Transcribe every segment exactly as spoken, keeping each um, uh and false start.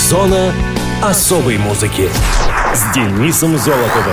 Зона особой музыки с Денисом Золотовым.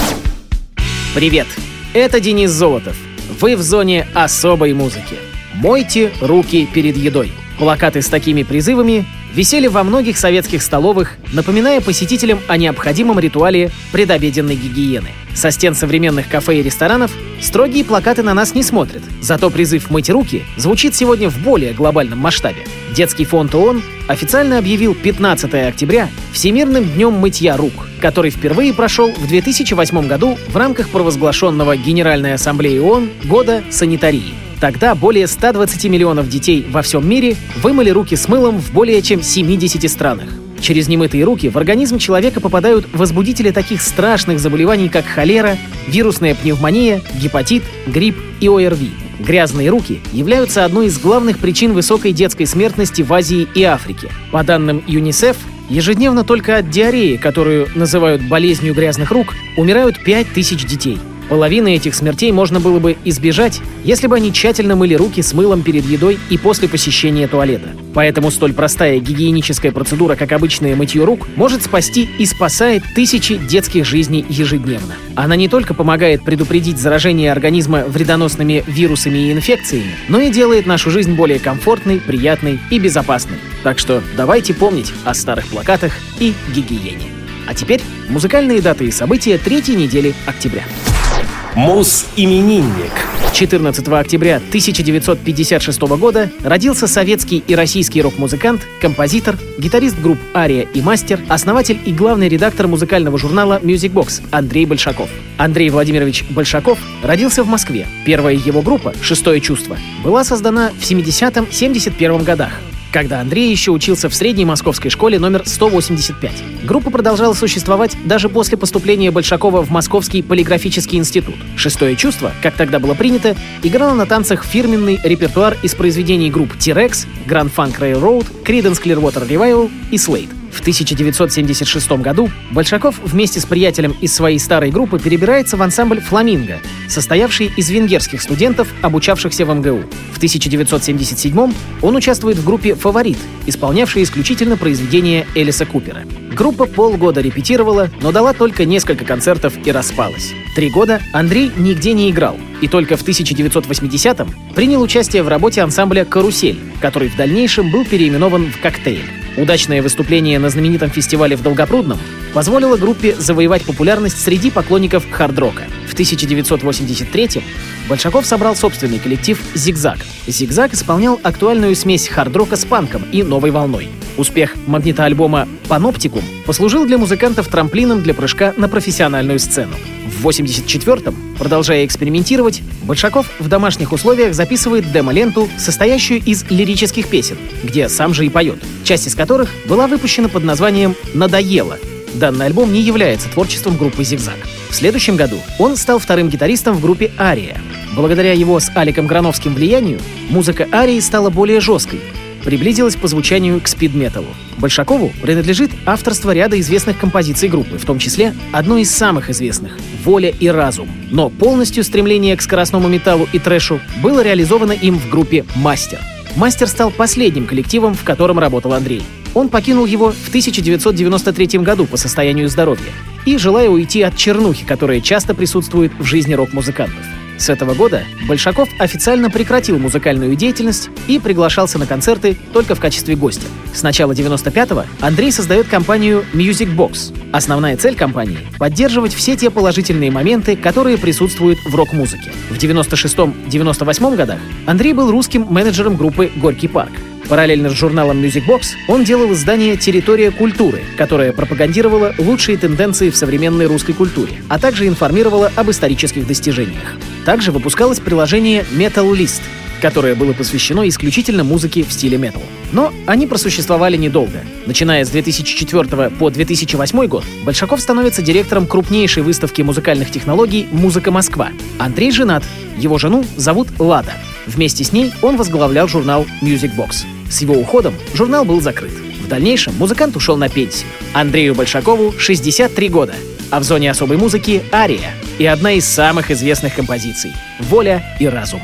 Привет, это Денис Золотов. Вы в зоне особой музыки. Мойте руки перед едой. Плакаты с такими призывами висели во многих советских столовых, напоминая посетителям о необходимом ритуале предобеденной гигиены. Со стен современных кафе и ресторанов строгие плакаты на нас не смотрят, зато призыв «Мыть руки» звучит сегодня в более глобальном масштабе. Детский фонд ООН официально объявил пятнадцатое октября Всемирным днем мытья рук, который впервые прошел в две тысячи восьмом году в рамках провозглашенного Генеральной Ассамблеей ООН Года санитарии. Тогда более ста двадцати миллионов детей во всем мире вымыли руки с мылом в более чем семидесяти странах. Через немытые руки в организм человека попадают возбудители таких страшных заболеваний, как холера, вирусная пневмония, гепатит, грипп и ОРВИ. Грязные руки являются одной из главных причин высокой детской смертности в Азии и Африке. По данным ЮНИСЕФ, ежедневно только от диареи, которую называют болезнью грязных рук, умирают пять тысяч детей. Половины этих смертей можно было бы избежать, если бы они тщательно мыли руки с мылом перед едой и после посещения туалета. Поэтому столь простая гигиеническая процедура, как обычное мытье рук, может спасти и спасает тысячи детских жизней ежедневно. Она не только помогает предупредить заражение организма вредоносными вирусами и инфекциями, но и делает нашу жизнь более комфортной, приятной и безопасной. Так что давайте помнить о старых плакатах и гигиене. А теперь музыкальные даты и события третьей недели октября. Мус-именинник. четырнадцатого октября тысяча девятьсот пятьдесят шестого года родился советский и российский рок-музыкант, композитор, гитарист групп «Ария» и «Мастер», основатель и главный редактор музыкального журнала Music Box Андрей Большаков. Андрей Владимирович Большаков родился в Москве. Первая его группа «Шестое чувство» была создана в семидесятом — семьдесят первом годах, когда Андрей еще учился в средней московской школе номер сто восемьдесят пять. Группа продолжала существовать даже после поступления Большакова в Московский полиграфический институт. «Шестое чувство», как тогда было принято, играло на танцах фирменный репертуар из произведений групп T-Rex, Grand Funk Railroad, Creedence Clearwater Revival и Slade. В тысяча девятьсот семьдесят шестом году Большаков вместе с приятелем из своей старой группы перебирается в ансамбль «Фламинго», состоявший из венгерских студентов, обучавшихся в эм гэ у. В тысяча девятьсот семьдесят седьмом он участвует в группе «Фаворит», исполнявшей исключительно произведения Элиса Купера. Группа полгода репетировала, но дала только несколько концертов и распалась. Три года Андрей нигде не играл, и только в тысяча девятьсот восьмидесятом принял участие в работе ансамбля «Карусель», который в дальнейшем был переименован в «Коктейль». Удачное выступление на знаменитом фестивале в Долгопрудном позволило группе завоевать популярность среди поклонников хард-рока. В тысяча девятьсот восемьдесят третьем Большаков собрал собственный коллектив «Зигзаг». «Зигзаг» исполнял актуальную смесь хард-рока с панком и новой волной. Успех магнитоальбома «Паноптикум» послужил для музыкантов трамплином для прыжка на профессиональную сцену. В восемьдесят четвёртом, продолжая экспериментировать, Большаков в домашних условиях записывает демо-ленту, состоящую из лирических песен, где сам же и поет, часть из которых была выпущена под названием «Надоело». Данный альбом не является творчеством группы «Зигзаг». В следующем году он стал вторым гитаристом в группе «Ария». Благодаря его с Аликом Грановским влиянию, музыка Арии стала более жесткой, приблизилась по звучанию к спид-металу. Большакову принадлежит авторство ряда известных композиций группы, в том числе одной из самых известных — «Воля и разум». Но полностью стремление к скоростному металлу и трэшу было реализовано им в группе «Мастер». «Мастер» стал последним коллективом, в котором работал Андрей. Он покинул его в тысяча девятьсот девяносто третьем году по состоянию здоровья и желая уйти от чернухи, которая часто присутствует в жизни рок-музыкантов. С этого года Большаков официально прекратил музыкальную деятельность и приглашался на концерты только в качестве гостя. С начала девяносто пятого Андрей создает компанию Music Box. Основная цель компании — поддерживать все те положительные моменты, которые присутствуют в рок-музыке. В девяносто шестом — девяносто восьмом годах Андрей был русским менеджером группы «Горький парк». Параллельно с журналом Music Box он делал издание «Территория культуры», которое пропагандировало лучшие тенденции в современной русской культуре, а также информировало об исторических достижениях. Также выпускалось приложение Metal List, которое было посвящено исключительно музыке в стиле метал. Но они просуществовали недолго. Начиная с две тысячи четвёртого по две тысячи восьмой год Большаков становится директором крупнейшей выставки музыкальных технологий «Музыка Москва». Андрей женат, его жену зовут Лада. Вместе с ней он возглавлял журнал Music Box. С его уходом журнал был закрыт. В дальнейшем музыкант ушел на пенсию. Андрею Большакову шестьдесят три года, а в зоне особой музыки «Ария» и одна из самых известных композиций «Воля и разум».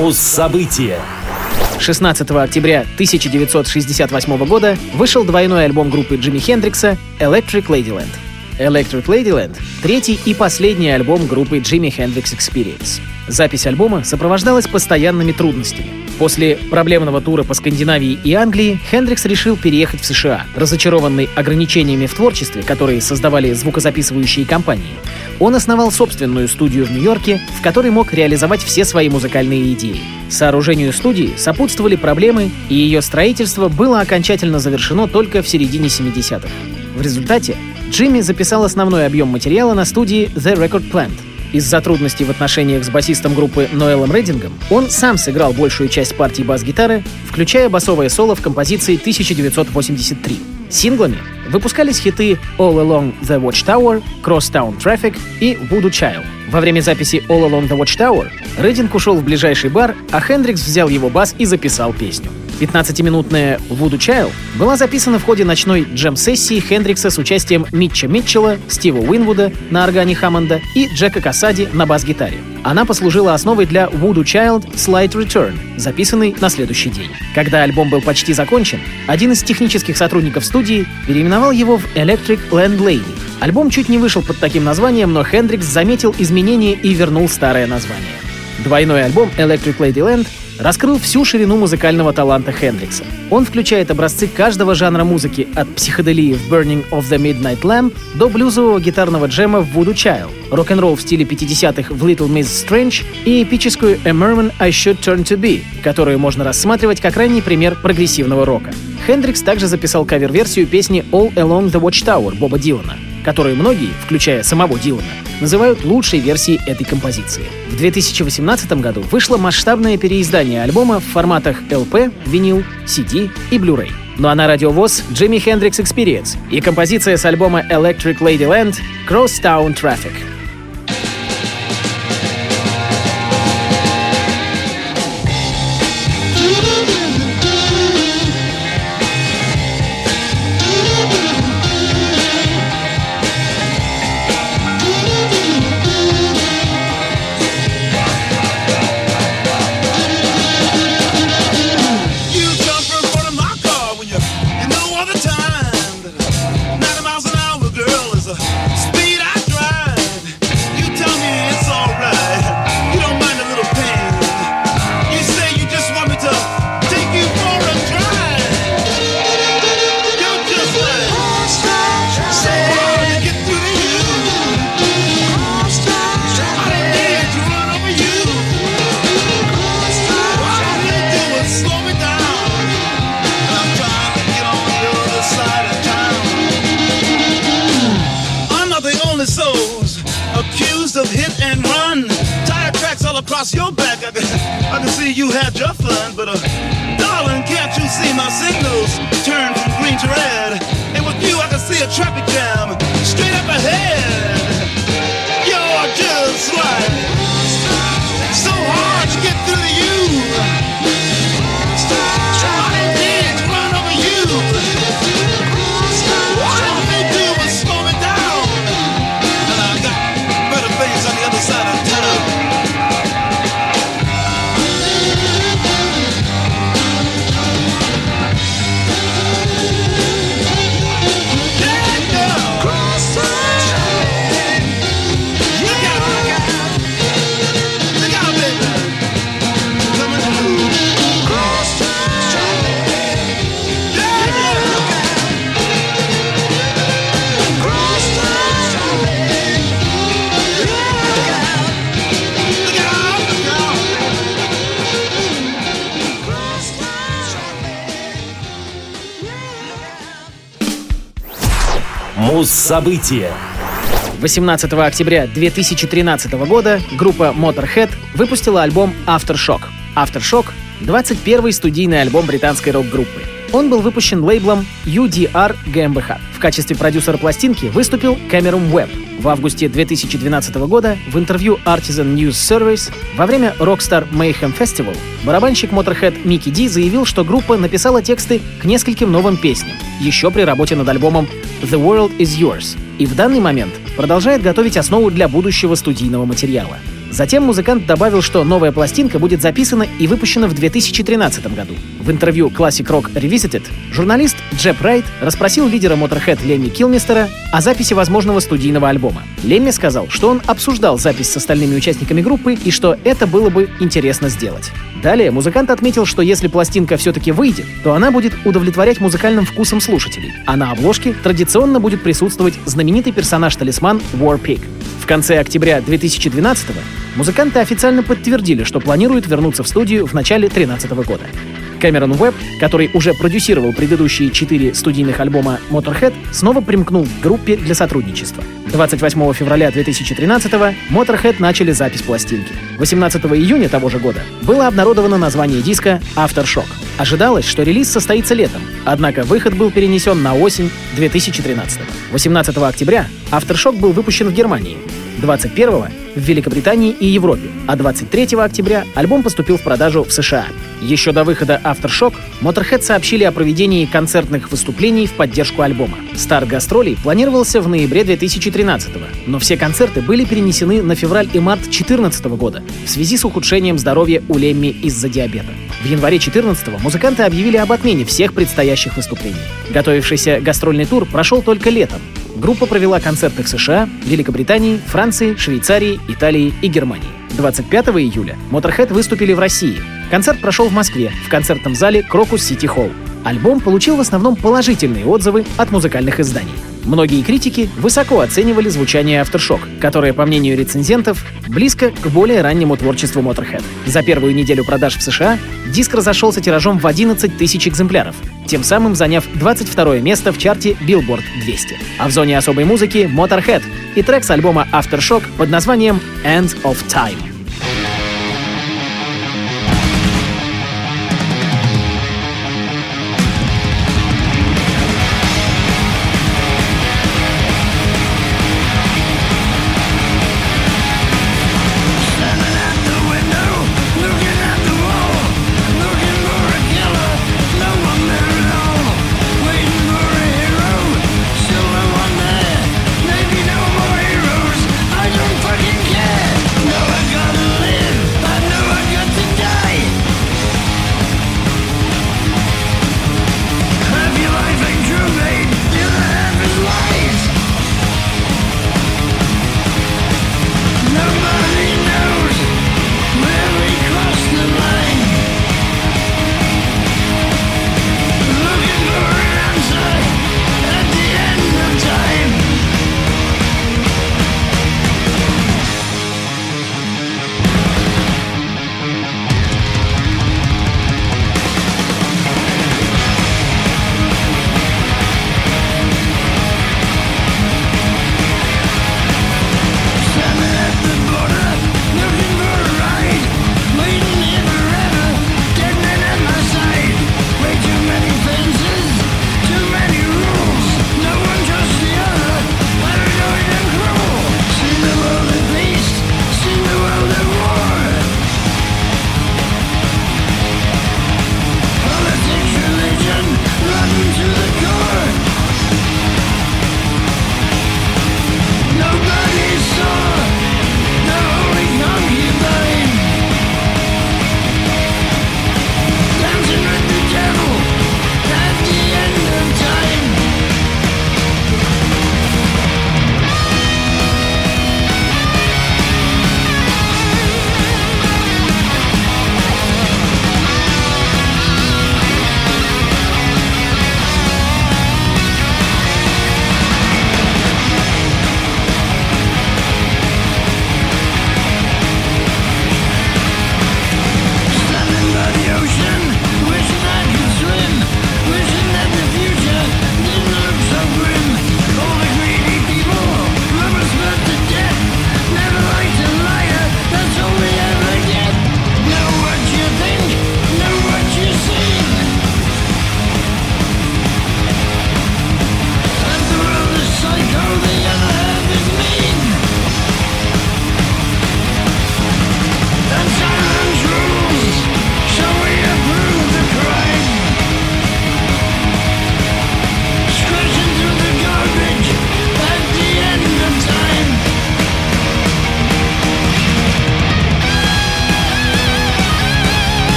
Муз-события. шестнадцатого октября тысяча девятьсот шестьдесят восьмого года вышел двойной альбом группы Джимми Хендрикса «Electric Ladyland». «Electric Ladyland» — третий и последний альбом группы Jimi Hendrix Experience. Запись альбома сопровождалась постоянными трудностями. После проблемного тура по Скандинавии и Англии Хендрикс решил переехать в США. Разочарованный ограничениями в творчестве, которые создавали звукозаписывающие компании, он основал собственную студию в Нью-Йорке, в которой мог реализовать все свои музыкальные идеи. Сооружению студии сопутствовали проблемы, и ее строительство было окончательно завершено только в середине семидесятых. В результате Джимми записал основной объем материала на студии The Record Plant. Из-за трудностей в отношениях с басистом группы Ноэлом Реддингом он сам сыграл большую часть партий бас-гитары, включая басовое соло в композиции тысяча девятьсот восемьдесят три. Синглами выпускались хиты «All Along the Watchtower», «Crosstown Traffic» и «Voodoo Child». Во время записи «All Along the Watchtower» Реддинг ушел в ближайший бар, а Хендрикс взял его бас и записал песню. пятнадцатиминутная «Voodoo Child» была записана в ходе ночной джем-сессии Хендрикса с участием Митча Митчелла, Стива Уинвуда на органе Хаммонда и Джека Кассади на бас-гитаре. Она послужила основой для «Voodoo Child Slight Return», записанной на следующий день. Когда альбом был почти закончен, один из технических сотрудников студии переименовал его в «Electric Landlady». Альбом чуть не вышел под таким названием, но Хендрикс заметил изменения и вернул старое название. Двойной альбом «Electric Ladyland» раскрыл всю ширину музыкального таланта Хендрикса. Он включает образцы каждого жанра музыки, от психоделии в «Burning of the Midnight Lamp» до блюзового гитарного джема в «Voodoo Child», рок-н-ролл в стиле пятидесятых в «Little Miss Strange» и эпическую «A Merman I Should Turn to Be», которую можно рассматривать как ранний пример прогрессивного рока. Хендрикс также записал кавер-версию песни «All Along the Watchtower» Боба Дилана, которую многие, включая самого Дилана, называют лучшей версией этой композиции. В две тысячи восемнадцатом году вышло масштабное переиздание альбома в форматах эл пи, винил, си ди и Blu-ray. Ну а на Радио ВОС Jimi Hendrix Experience и композиция с альбома Electric Ladyland «Crosstown Traffic». Across your back, I can, I can see you had your fun, but uh, darling, can't you see my signals turn from green to red? And with you, I can see a traffic jam straight up ahead. You're just like so hard to get through to you. I didn't run over you. All they do was slow me down, and I got better things on the other side of town. Муз-события. восемнадцатого октября две тысячи тринадцатого года группа Motorhead выпустила альбом Aftershock. Aftershock — двадцать первый студийный альбом британской рок-группы. Он был выпущен лейблом ю ди ар GmbH. В качестве продюсера пластинки выступил Кэмерон Уэбб. В августе две тысячи двенадцатого года в интервью Artisan News Service во время Rockstar Mayhem Festival барабанщик Motorhead Микки Ди заявил, что группа написала тексты к нескольким новым песням, еще при работе над альбомом The World Is Yours, и в данный момент продолжает готовить основу для будущего студийного материала. Затем музыкант добавил, что новая пластинка будет записана и выпущена в две тысячи тринадцатом году. В интервью Classic Rock Revisited журналист Джеб Райт расспросил лидера Motorhead Лемми Килмистера о записи возможного студийного альбома. Лемми сказал, что он обсуждал запись с остальными участниками группы и что это было бы интересно сделать. Далее музыкант отметил, что если пластинка все-таки выйдет, то она будет удовлетворять музыкальным вкусом слушателей, а на обложке традиционно будет присутствовать знаменитый персонаж-талисман War Pig. В конце октября две тысячи двенадцатого музыканты официально подтвердили, что планируют вернуться в студию в начале две тысячи тринадцатого года. Кэмерон Уэбб, который уже продюсировал предыдущие четыре студийных альбома Motorhead, снова примкнул к группе для сотрудничества. двадцать восьмого февраля две тысячи тринадцатого Motorhead начали запись пластинки. восемнадцатого июня того же года было обнародовано название диска Aftershock. Ожидалось, что релиз состоится летом, однако выход был перенесен на осень две тысячи тринадцатого. восемнадцатого октября Aftershock был выпущен в Германии, двадцать первого — в Великобритании и Европе, а двадцать третьего октября альбом поступил в продажу в США. Еще до выхода Aftershock Motorhead сообщили о проведении концертных выступлений в поддержку альбома. Старт гастролей планировался в ноябре две тысячи тринадцатого, но все концерты были перенесены на февраль и март две тысячи четырнадцатого года в связи с ухудшением здоровья у Лемми из-за диабета. В январе две тысячи четырнадцатого музыканты объявили об отмене всех предстоящих выступлений. Готовившийся гастрольный тур прошел только летом. Группа провела концерты в США, Великобритании, Франции, Швейцарии, Италии и Германии. двадцать пятого июля Motorhead выступили в России. Концерт прошел в Москве, в концертном зале Крокус Сити Холл. Альбом получил в основном положительные отзывы от музыкальных изданий. Многие критики высоко оценивали звучание Aftershock, которое, по мнению рецензентов, близко к более раннему творчеству Motorhead. За первую неделю продаж в США диск разошелся тиражом в одиннадцать тысяч экземпляров, тем самым заняв двадцать второе место в чарте Billboard двести. А в зоне особой музыки Motorhead и трек с альбома Aftershock под названием End of Time. I don't fucking care. No, I got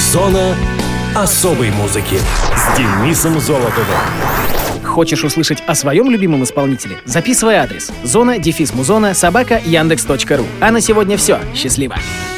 Зона особой музыки с Денисом Золотовым. Хочешь услышать о своем любимом исполнителе? Записывай адрес: зона дефис музона собака яндекс точка ру. А на сегодня все. Счастливо!